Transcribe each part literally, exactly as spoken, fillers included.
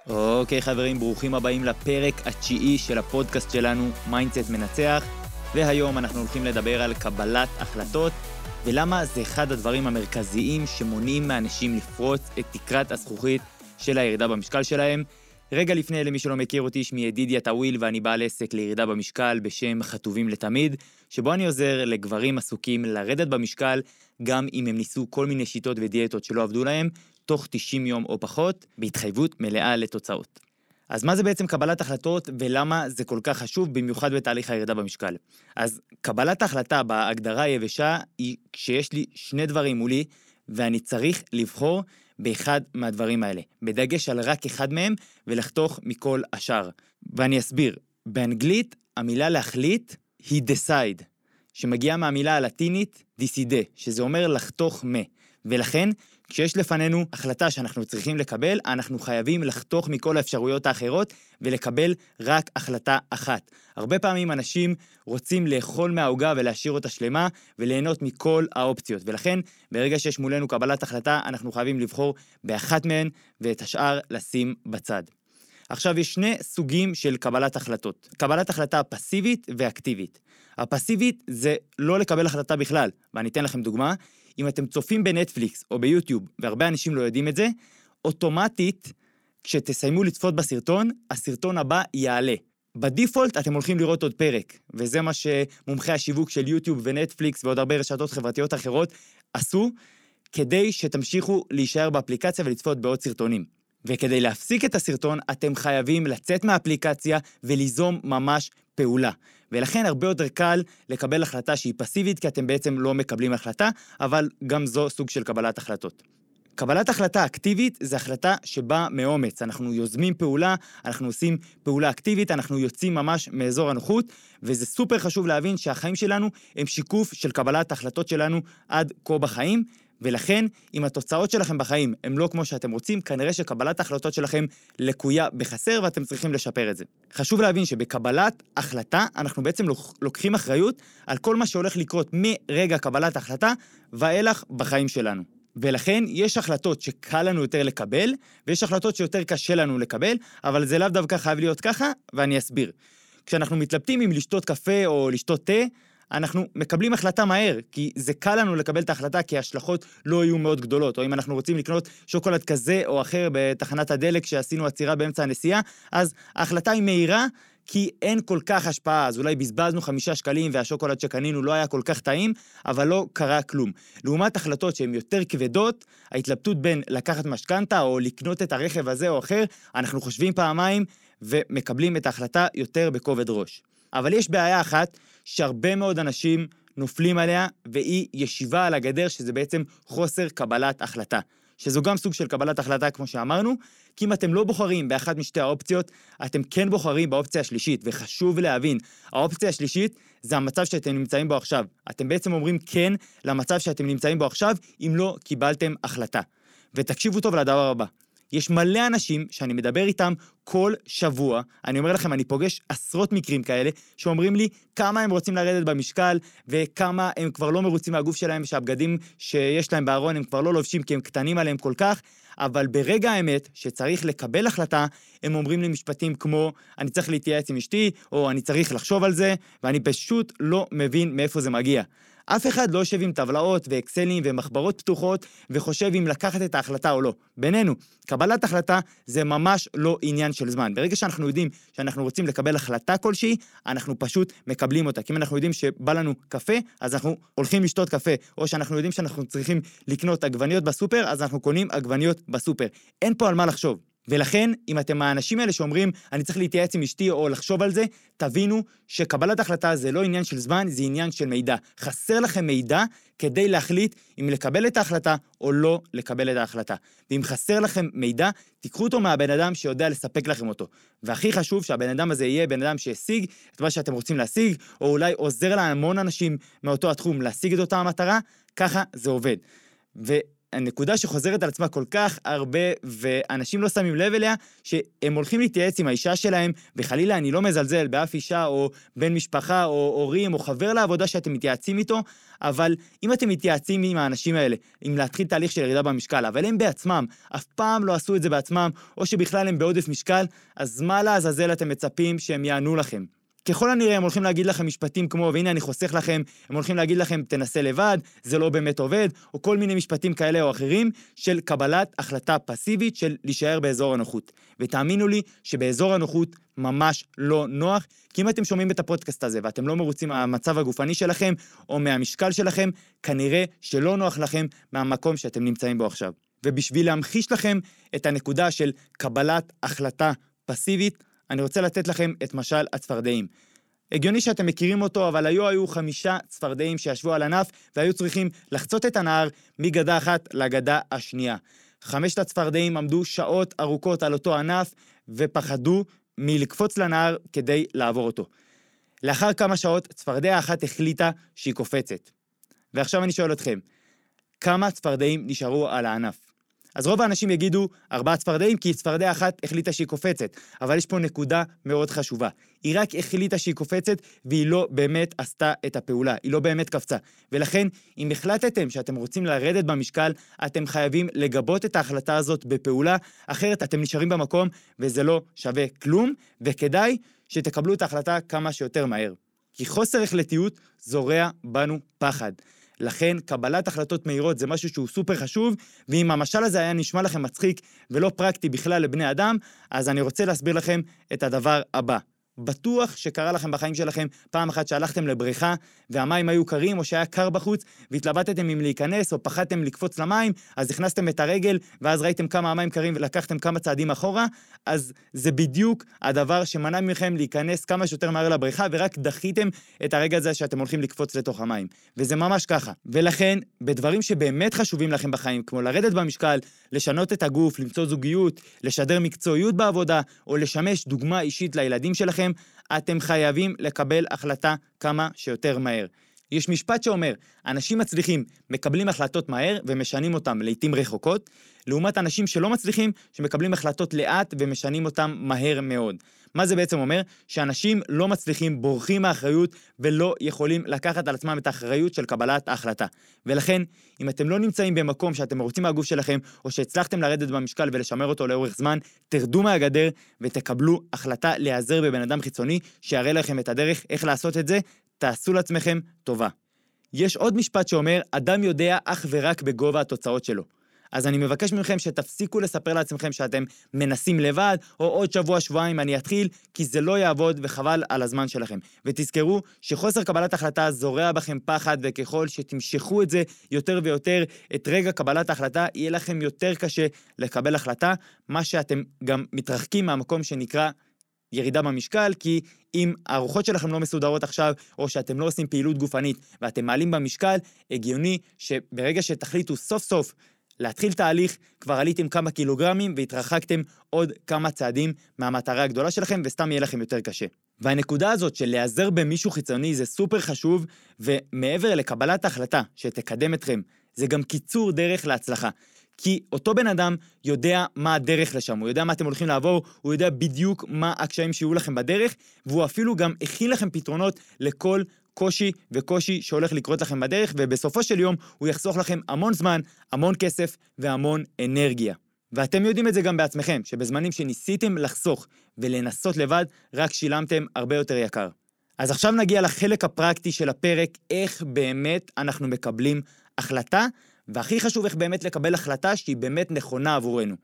אוקיי חברים, ברוכים הבאים לפרק התשיעי של הפודקאסט שלנו, מיינדסט מנצח, והיום אנחנו הולכים לדבר על קבלת החלטות, ולמה זה אחד הדברים המרכזיים שמונעים מאנשים לפרוץ את תקרת הזכוכית של הירידה במשקל שלהם. רגע לפני, למי שלא מכיר אותי, שמי ידידיה טאוויל, ואני בעל עסק לירידה במשקל בשם חטובים לתמיד, שבו אני עוזר לגברים עסוקים לרדת במשקל, גם אם הם ניסו כל מיני שיטות ודיאטות שלא עבדו להם, תוך תשעים יום או פחות, בהתחייבות מלאה לתוצאות. אז מה זה בעצם קבלת החלטות, ולמה זה כל כך חשוב, במיוחד בתהליך הירידה במשקל? אז קבלת ההחלטה בהגדרה היבשה, היא כשיש לי שני דברים מולי, ואני צריך לבחור באחד מהדברים האלה, בדגש על רק אחד מהם, ולחתוך מכל השאר. ואני אסביר, באנגלית המילה להחליט היא decide, שמגיעה מהמילה הלטינית decide, שזה אומר לחתוך מה. ולכן, כשיש לפנינו החלטה שאנחנו צריכים לקבל, אנחנו חייבים לחתוך מכל האפשרויות האחרות, ולקבל רק החלטה אחת. הרבה פעמים אנשים רוצים לאכול מהעוגה ולהשאיר אותה שלמה, וליהנות מכל האופציות. ולכן, ברגע שיש מולנו קבלת החלטה, אנחנו חייבים לבחור באחת מהן, ואת השאר לשים בצד. עכשיו, יש שני סוגים של קבלת החלטות. קבלת החלטה פסיבית ואקטיבית. הפסיבית זה לא לקבל החלטה בכלל, ואני אתן לכם דוגמה. אם אתם צופים בנטפליקס או ביוטיוב, והרבה אנשים לא יודעים את זה, אוטומטית, כשתסיימו לצפות בסרטון, הסרטון הבא יעלה. בדיפולט אתם הולכים לראות עוד פרק, וזה מה שמומחי השיווק של יוטיוב ונטפליקס ועוד הרבה רשתות חברתיות אחרות עשו, כדי שתמשיכו להישאר באפליקציה ולצפות בעוד סרטונים. וכדי להפסיק את הסרטון, אתם חייבים לצאת מהאפליקציה וליזום ממש פעולה. ולכן הרבה יותר קל לקבל החלטה שהיא פסיבית, כי אתם בעצם לא מקבלים החלטה, אבל גם זו סוג של קבלת החלטות. קבלת החלטה אקטיבית זה החלטה שבאה מאומץ. אנחנו יוזמים פעולה, אנחנו עושים פעולה אקטיבית, אנחנו יוצאים ממש מאזור הנוחות, וזה סופר חשוב להבין שהחיים שלנו הם שיקוף של קבלת החלטות שלנו עד כה בחיים, ולכן, אם התוצאות שלכם בחיים הם לא כמו שאתם רוצים, כנראה שקבלת ההחלטות שלכם לקויה בחסר, ואתם צריכים לשפר את זה. חשוב להבין שבקבלת החלטה, אנחנו בעצם לוקחים אחריות על כל מה שהולך לקרות מרגע קבלת ההחלטה, ואילך בחיים שלנו. ולכן, יש החלטות שקל לנו יותר לקבל, ויש החלטות שיותר קשה לנו לקבל, אבל זה לאו דווקא חייב להיות ככה, ואני אסביר. כשאנחנו מתלבטים אם לשתות קפה או לשתות תה, אנחנו מקבלים החלטה מהר, כי זה קל לנו לקבל את ההחלטה, כי ההשלכות לא יהיו מאוד גדולות, או אם אנחנו רוצים לקנות שוקולד כזה או אחר בתחנת הדלק שעשינו עצירה באמצע הנסיעה, אז ההחלטה היא מהירה, כי אין כל כך השפעה, אז אולי בזבזנו חמישה שקלים והשוקולד שקנינו לא היה כל כך טעים, אבל לא קרה כלום. לעומת החלטות שהן יותר כבדות, ההתלבטות בין לקחת משכנתה או לקנות את הרכב הזה או אחר, אנחנו חושבים פעמיים ומקבלים את ההחלטה יותר בכובד ראש. אבל יש בעיה אחת שהרבה מאוד אנשים נופלים עליה, והיא ישיבה על הגדר, שזה בעצם חוסר קבלת החלטה. שזו גם סוג של קבלת החלטה, כמו שאמרנו, כי אם אתם לא בוחרים באחת משתי האופציות, אתם כן בוחרים באופציה השלישית, וחשוב להבין, האופציה השלישית זה המצב שאתם נמצאים בו עכשיו. אתם בעצם אומרים כן למצב שאתם נמצאים בו עכשיו, אם לא קיבלתם החלטה. ותקשיבו טוב לדבר הבא. יש מלא אנשים שאני מדבר איתם כל שבוע, אני אומר לכם, אני פוגש עשרות מקרים כאלה, שאומרים לי כמה הם רוצים לרדת במשקל, וכמה הם כבר לא מרוצים מהגוף שלהם, שהבגדים שיש להם בארון הם כבר לא לובשים, כי הם קטנים עליהם כל כך, אבל ברגע האמת שצריך לקבל החלטה, הם אומרים לי משפטים כמו, אני צריך להתייעץ עם אשתי, או אני צריך לחשוב על זה, ואני פשוט לא מבין מאיפה זה מגיע. אף אחד לא יושב עם טבלאות ואקסלים ומחברות פתוחות וחושב אם לקחת את ההחלטה או לא. בינינו, קבלת החלטה זה ממש לא עניין של זמן. ברגע שאנחנו יודעים שאנחנו רוצים לקבל החלטה כלשהי, אנחנו פשוט מקבלים אותה. כי אם אנחנו יודעים שבא לנו קפה, אז אנחנו הולכים לשתות קפה. או שאנחנו יודעים שאנחנו צריכים לקנות עגבניות בסופר, אז אנחנו קונים עגבניות בסופר. אין פה על מה לחשוב. ולכן, אם אתם האנשים האלה שאומרים, אני צריך להתייעץ עם אשתי או לחשוב על זה, תבינו שקבלת החלטה זה לא עניין של זמן, זה עניין של מידע. חסר לכם מידע כדי להחליט אם לקבל את ההחלטה או לא לקבל את ההחלטה. ואם חסר לכם מידע, תיקחו אותו מהבן אדם שיודע לספק לכם אותו. והכי חשוב שהבן אדם הזה יהיה בן אדם שישיג את מה שאתם רוצים להשיג, או אולי עוזר להמון אנשים מאותו התחום להשיג את אותה המטרה, ככה זה עובד. ו... הנקודה שחוזרת על עצמה כל כך הרבה, ואנשים לא שמים לב אליה, שהם הולכים להתייעץ עם האישה שלהם, וחלילה אני לא מזלזל באף אישה, או בן משפחה, או הורים, או חבר לעבודה שאתם מתייעצים איתו, אבל אם אתם מתייעצים עם האנשים האלה, אם להתחיל תהליך של ירידה במשקל, אבל הם בעצמם, אף פעם לא עשו את זה בעצמם, או שבכלל הם בעודף משקל, אז מה לעזאזל אתם מצפים שהם יענו לכם? ככל הנראה הם הולכים להגיד לכם משפטים כמו, והנה אני חוסך לכם, הם הולכים להגיד לכם, תנסה לבד, זה לא באמת עובד, או כל מיני משפטים כאלה או אחרים, של קבלת החלטה פסיבית של להישאר באזור הנוחות. ותאמינו לי שבאזור הנוחות ממש לא נוח, כי אם אתם שומעים את הפודקאסט הזה, ואתם לא מרוצים מהמצב הגופני שלכם, או מהמשקל שלכם, כנראה שלא נוח לכם מהמקום שאתם נמצאים בו עכשיו. ובשביל להמחיש לכם את הנקודה של קבלת החלטה פסיבית, אני רוצה לתת לכם את משל הצפרדעים. הגיוני שאתם מכירים אותו, אבל היו היו חמישה צפרדעים שישבו על ענף, והיו צריכים לחצות את הנהר מגדה אחת לגדה השנייה. חמשת הצפרדעים עמדו שעות ארוכות על אותו ענף, ופחדו מלקפוץ לנהר כדי לעבור אותו. לאחר כמה שעות, צפרדע אחת החליטה שהיא קופצת. ועכשיו אני שואל אתכם, כמה צפרדעים נשארו על הענף? אז רוב האנשים יגידו ארבעה צפרדעים, כי צפרדע אחת החליטה שהיא קופצת. אבל יש פה נקודה מאוד חשובה. היא רק החליטה שהיא קופצת, והיא לא באמת עשתה את הפעולה. היא לא באמת קפצה. ולכן, אם החלטתם שאתם רוצים לרדת במשקל, אתם חייבים לגבות את ההחלטה הזאת בפעולה, אחרת אתם נשארים במקום, וזה לא שווה כלום, וכדאי שתקבלו את ההחלטה כמה שיותר מהר. כי חוסר החלטיות זורע בנו פחד. לכן, קבלת החלטות מהירות זה משהו שהוא סופר חשוב, ואם המשל הזה היה נשמע לכם מצחיק ולא פרקטי בכלל לבני אדם, אז אני רוצה להסביר לכם את הדבר הבא. בטוח שקרה לכם בחיים שלכם פעם אחת שהלכתם לבריכה, והמים היו קרים או שהיה קר בחוץ, והתלבטתם אם להיכנס או פחדתם לקפוץ למים, אז הכנסתם את הרגל, ואז ראיתם כמה המים קרים ולקחתם כמה צעדים אחורה, אז זה בדיוק הדבר שמנע מכם להיכנס כמה שיותר מהר לבריכה, ורק דחיתם את הרגע הזה שאתם הולכים לקפוץ לתוך המים. וזה ממש ככה. ולכן, בדברים שבאמת חשובים לכם בחיים, כמו לרדת במשקל, לשנות את הגוף, למצוא זוגיות, לשדר מקצועיות בעבודה, או לשמש דוגמה אישית לילדים שלכם, אתם חייבים לקבל החלטה כמה שיותר מהר. יש משפט שאומר, אנשים מצליחים מקבלים החלטות מהר ומשנים אותם לעתים רחוקות, לעומת אנשים שלא מצליחים שמקבלים החלטות לאט ומשנים אותם מהר מאוד. מה זה בעצם אומר? שאנשים לא מצליחים, בורחים מהאחריות ולא יכולים לקחת על עצמם את האחריות של קבלת ההחלטה. ולכן, אם אתם לא נמצאים במקום שאתם רוצים מהגוף שלכם, או שהצלחתם לרדת במשקל ולשמר אותו לאורך זמן, תרדו מהגדר ותקבלו החלטה להיעזר בבן אדם חיצוני שיראה לכם את הדרך איך לעשות את זה, תעשו לעצמכם טובה. יש עוד משפט שאומר, אדם יודע אך ורק בגובה התוצאות שלו. אז אני מבקש מכם שתפסיקו לספר לעצמכם שאתם מנסים לבד, או עוד שבוע, שבועיים אני אתחיל, כי זה לא יעבוד וחבל על הזמן שלכם. ותזכרו שחוסר קבלת החלטה זורע בכם פחד, וככל שתמשכו את זה יותר ויותר, את רגע קבלת ההחלטה, יהיה לכם יותר קשה לקבל החלטה, מה שאתם גם מתרחקים מהמקום שנקרא ירידה במשקל, כי אם הארוחות שלכם לא מסודרות עכשיו, או שאתם לא עושים פעילות גופנית, ואתם מעלים במשקל, הגיוני שברגע שתחליטו סוף סוף להתחיל תהליך, כבר עליתם כמה קילוגרמים, והתרחקתם עוד כמה צעדים מהמטרה הגדולה שלכם, וסתם יהיה לכם יותר קשה. והנקודה הזאת של להיעזר במישהו חיצוני זה סופר חשוב, ומעבר לקבלת ההחלטה שתקדם אתכם, זה גם קיצור דרך להצלחה. כי אותו בן אדם יודע מה הדרך לשם, הוא יודע מה אתם הולכים לעבור, הוא יודע בדיוק מה הקשיים שיהיו לכם בדרך, והוא אפילו גם הכין לכם פתרונות לכל קושי וקושי שהולך לקרות לכם בדרך, ובסופו של יום הוא יחסוך לכם המון זמן, המון כסף והמון אנרגיה. ואתם יודעים את זה גם בעצמכם, שבזמנים שניסיתם לחסוך ולנסות לבד, רק שילמתם הרבה יותר יקר. אז עכשיו נגיע לחלק הפרקטי של הפרק, איך באמת אנחנו מקבלים החלטה, והכי חשוב איך באמת לקבל החלטה שהיא באמת נכונה עבורנו.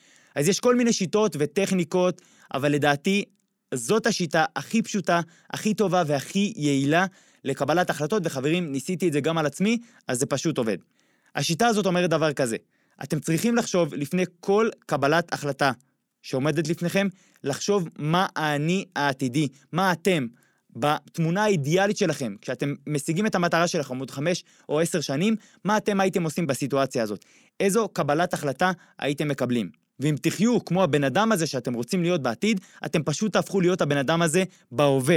אז יש כל מיני שיטות וטכניקות, אבל לדעתי זאת השיטה הכי פשוטה, הכי טובה והכי יעילה לקבלת החלטות, וחברים, ניסיתי את זה גם על עצמי, אז זה פשוט עובד. השיטה הזאת אומרת דבר כזה, אתם צריכים לחשוב לפני כל קבלת החלטה שעומדת לפניכם, לחשוב מה האני העתידי, מה אתם, בתמונה האידיאלית שלכם, כשאתם משיגים את המטרה שלכם עוד חמש או עשר שנים, מה אתם הייתם עושים בסיטואציה הזאת? איזו קבלת החלטה הייתם מקבלים? ואם תחיו כמו הבן אדם הזה שאתם רוצים להיות בעתיד, אתם פשוט תהפכו להיות הבן אדם הזה בהווה.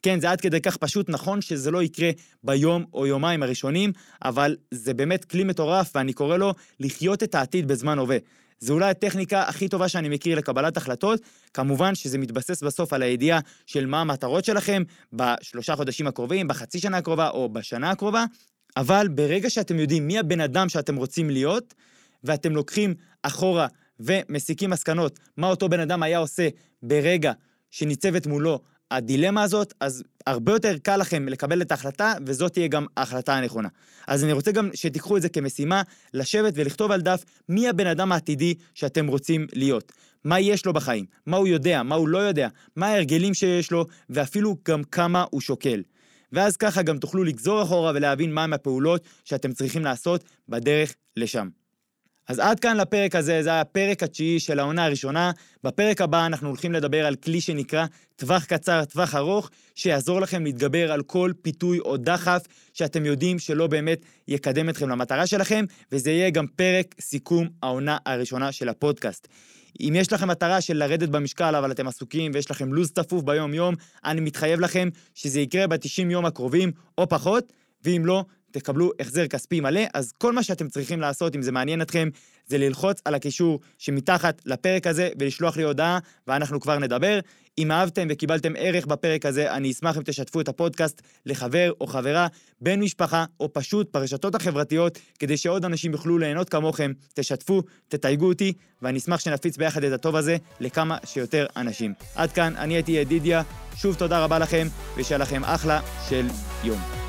כן, זה עד כדי כך פשוט, נכון שזה לא יקרה ביום או יומיים הראשונים, אבל זה באמת כלי מטורף, ואני קורא לו לחיות את העתיד בזמן הווה. זה אולי הטכניקה הכי טובה שאני מכיר לקבלת החלטות, כמובן שזה מתבסס בסוף על הידיעה של מה המטרות שלכם בשלושה חודשים הקרובים, בחצי שנה הקרובה או בשנה הקרובה, אבל ברגע שאתם יודעים מי הבן אדם שאתם רוצים להיות, ואתם לוקחים אחורה ומסיקים מסקנות, מה אותו בן אדם היה עושה ברגע שניצבת מולו הדילמה הזאת, אז הרבה יותר קל לכם לקבל את ההחלטה, וזאת תהיה גם ההחלטה הנכונה. אז אני רוצה גם שתיקחו את זה כמשימה, לשבת ולכתוב על דף מי הבן אדם העתידי שאתם רוצים להיות. מה יש לו בחיים, מה הוא יודע, מה הוא לא יודע, מה ההרגלים שיש לו, ואפילו גם כמה הוא שוקל. ואז ככה גם תוכלו לגזור אחורה ולהבין מה מהפעולות שאתם צריכים לעשות בדרך לשם. אז עד כאן לפרק הזה, זה הפרק התשיעי של העונה הראשונה. בפרק הבא אנחנו הולכים לדבר על כלי שנקרא טווח קצר, טווח ארוך, שיעזור לכם להתגבר על כל פיתוי או דחף שאתם יודעים שלא באמת יקדם אתכם למטרה שלכם, וזה יהיה גם פרק סיכום העונה הראשונה של הפודקאסט. אם יש לכם מטרה של לרדת במשקל, אבל אתם עסוקים ויש לכם לוז תפוף ביום יום, אני מתחייב לכם שזה יקרה ב-תשעים יום הקרובים או פחות, ואם לא, תקבלו החזר כספי מלא. אז כל מה שאתם צריכים לעשות, אם זה מעניין אתכם, זה ללחוץ על הקישור שמתחת לפרק הזה ולשלוח לי הודעה, ואנחנו כבר נדבר. אם אהבתם וקיבלתם ערך בפרק הזה, אני אשמח אם תשתפו את הפודקאסט לחבר או חברה, בן משפחה או פשוט ברשתות החברתיות, כדי שעוד אנשים יוכלו ליהנות כמוכם. תשתפו, תתייגו אותי, ואני אשמח שנפיץ ביחד את הטוב הזה לכמה שיותר אנשים. עד כאן, אני הייתי ידידיה, שוב תודה רבה לכם, ושיהיה לכם אחלה של יום.